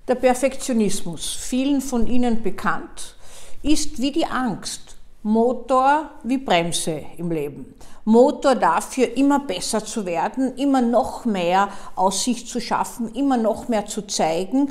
Der Perfektionismus, vielen von Ihnen bekannt, ist wie die Angst Motor wie Bremse im Leben. Motor dafür, immer besser zu werden, immer noch mehr aus sich zu schaffen, immer noch mehr zu zeigen,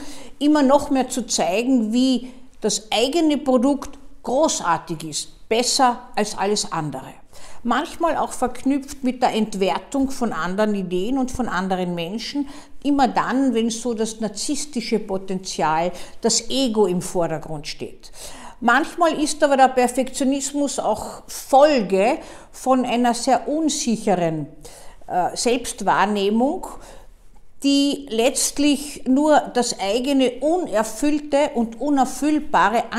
wie das eigene Produkt großartig ist, besser als alles andere. Manchmal auch verknüpft mit der Entwertung von anderen Ideen und von anderen Menschen, immer dann, wenn so das narzisstische Potenzial, das Ego im Vordergrund steht. Manchmal ist aber der Perfektionismus auch Folge von einer sehr unsicheren Selbstwahrnehmung, die letztlich nur das eigene unerfüllte und unerfüllbare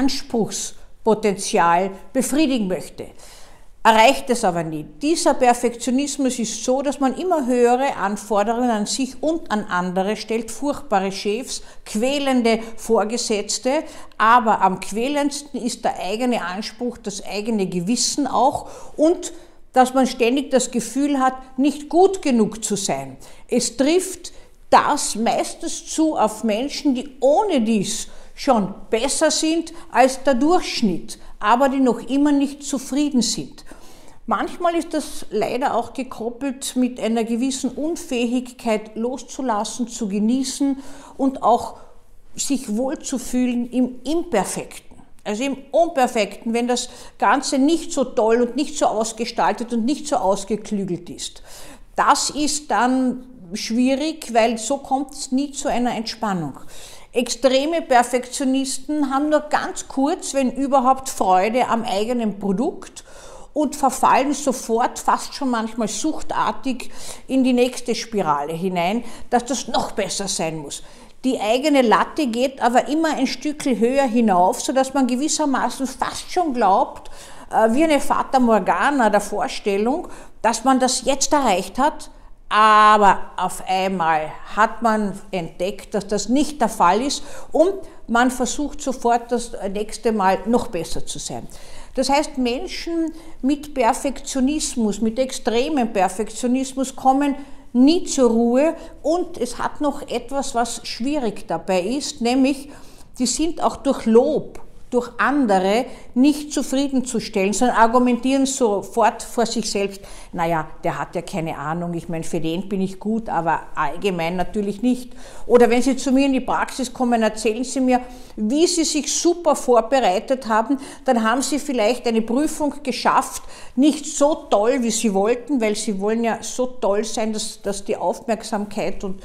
Anspruchspotenzial befriedigen möchte. Erreicht es aber nie. Dieser Perfektionismus ist so, dass man immer höhere Anforderungen an sich und an andere stellt, furchtbare Chefs, quälende Vorgesetzte, aber am quälendsten ist der eigene Anspruch, das eigene Gewissen auch und dass man ständig das Gefühl hat, nicht gut genug zu sein. Es trifft das meistens zu auf Menschen, die ohne dies schon besser sind als der Durchschnitt, aber die noch immer nicht zufrieden sind. Manchmal ist das leider auch gekoppelt mit einer gewissen Unfähigkeit loszulassen, zu genießen und auch sich wohlzufühlen im Imperfekten. Also im Unperfekten, wenn das Ganze nicht so toll und nicht so ausgestaltet und nicht so ausgeklügelt ist. Das ist dann schwierig, weil so kommt es nie zu einer Entspannung. Extreme Perfektionisten haben nur ganz kurz, wenn überhaupt, Freude am eigenen Produkt und verfallen sofort, fast schon manchmal suchtartig, in die nächste Spirale hinein, dass das noch besser sein muss. Die eigene Latte geht aber immer ein Stückchen höher hinauf, sodass man gewissermaßen fast schon glaubt, wie eine Fata Morgana der Vorstellung, dass man das jetzt erreicht hat, aber auf einmal hat man entdeckt, dass das nicht der Fall ist und man versucht sofort das nächste Mal noch besser zu sein. Das heißt, Menschen mit Perfektionismus, mit extremem Perfektionismus kommen nie zur Ruhe und es hat noch etwas, was schwierig dabei ist, nämlich die sind auch durch Lob, durch andere nicht zufriedenzustellen, sondern argumentieren sofort vor sich selbst, naja, der hat ja keine Ahnung, ich meine, für den bin ich gut, aber allgemein natürlich nicht. Oder wenn Sie zu mir in die Praxis kommen, erzählen Sie mir, wie Sie sich super vorbereitet haben, dann haben Sie vielleicht eine Prüfung geschafft, nicht so toll, wie Sie wollten, weil Sie wollen ja so toll sein, dass die Aufmerksamkeit und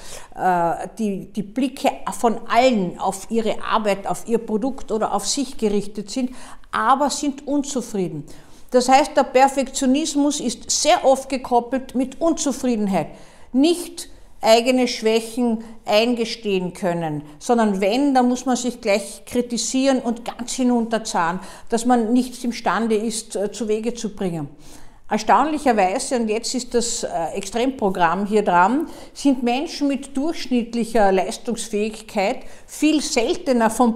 die Blicke von allen auf Ihre Arbeit, auf Ihr Produkt oder auf sich gerichtet sind, aber sind unzufrieden. Das heißt, der Perfektionismus ist sehr oft gekoppelt mit Unzufriedenheit. Nicht eigene Schwächen eingestehen können, sondern wenn, dann muss man sich gleich kritisieren und ganz hinunterzahlen, dass man nichts imstande ist, zu Wege zu bringen. Erstaunlicherweise, und jetzt ist das Extremprogramm hier dran, sind Menschen mit durchschnittlicher Leistungsfähigkeit viel seltener vom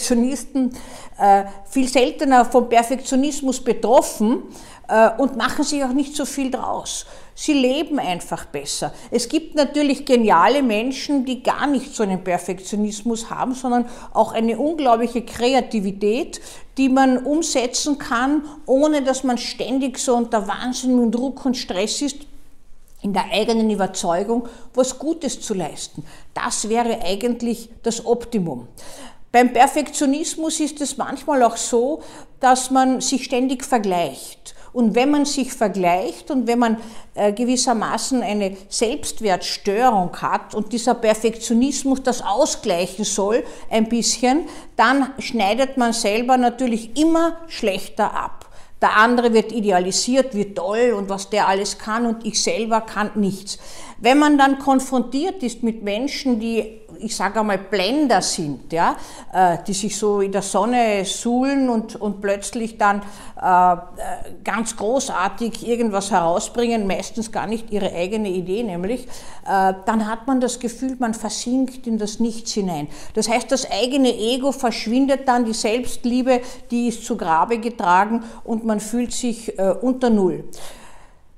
Perfektionismus betroffen und machen sich auch nicht so viel draus. Sie leben einfach besser. Es gibt natürlich geniale Menschen, die gar nicht so einen Perfektionismus haben, sondern auch eine unglaubliche Kreativität, die man umsetzen kann, ohne dass man ständig so unter wahnsinnigem Druck und Stress ist, in der eigenen Überzeugung, was Gutes zu leisten. Das wäre eigentlich das Optimum. Beim Perfektionismus ist es manchmal auch so, dass man sich ständig vergleicht. Und wenn man sich vergleicht und wenn man gewissermaßen eine Selbstwertstörung hat und dieser Perfektionismus das ausgleichen soll ein bisschen, dann schneidet man selber natürlich immer schlechter ab. Der andere wird idealisiert, wie toll und was der alles kann und ich selber kann nichts. Wenn man dann konfrontiert ist mit Menschen, die, ich sage einmal, Blender sind, ja, die sich so in der Sonne suhlen und plötzlich dann ganz großartig irgendwas herausbringen, meistens gar nicht ihre eigene Idee nämlich, dann hat man das Gefühl, man versinkt in das Nichts hinein. Das heißt, das eigene Ego verschwindet dann, die Selbstliebe, die ist zu Grabe getragen und man fühlt sich unter Null.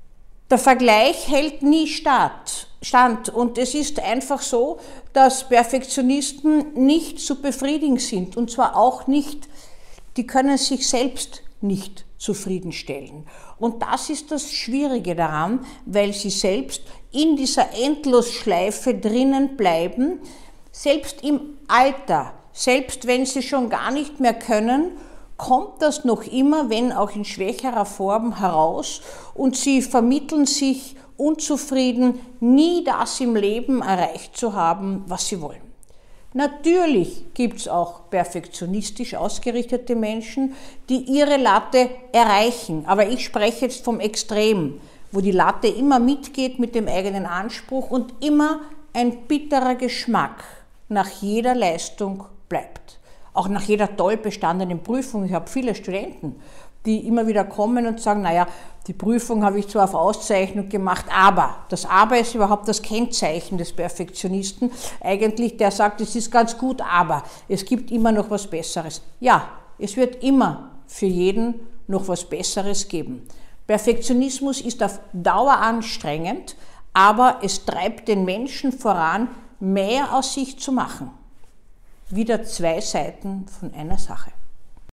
Der Vergleich hält nie stand und es ist einfach so, dass Perfektionisten nicht zu befriedigen sind und zwar auch nicht, die können sich selbst nicht zufriedenstellen. Und das ist das Schwierige daran, weil sie selbst in dieser Endlosschleife drinnen bleiben, selbst im Alter, selbst wenn sie schon gar nicht mehr können, kommt das noch immer, wenn auch in schwächerer Form heraus und sie vermitteln sich unzufrieden, nie das im Leben erreicht zu haben, was sie wollen. Natürlich gibt es auch perfektionistisch ausgerichtete Menschen, die ihre Latte erreichen, aber ich spreche jetzt vom Extrem, wo die Latte immer mitgeht mit dem eigenen Anspruch und immer ein bitterer Geschmack nach jeder Leistung bleibt. Auch nach jeder toll bestandenen Prüfung. Ich habe viele Studenten, die immer wieder kommen und sagen, naja, die Prüfung habe ich zwar auf Auszeichnung gemacht, aber das Aber ist überhaupt das Kennzeichen des Perfektionisten. Eigentlich, der sagt, es ist ganz gut, aber es gibt immer noch was Besseres. Ja, es wird immer für jeden noch was Besseres geben. Perfektionismus ist auf Dauer anstrengend, aber es treibt den Menschen voran, mehr aus sich zu machen. Wieder zwei Seiten von einer Sache.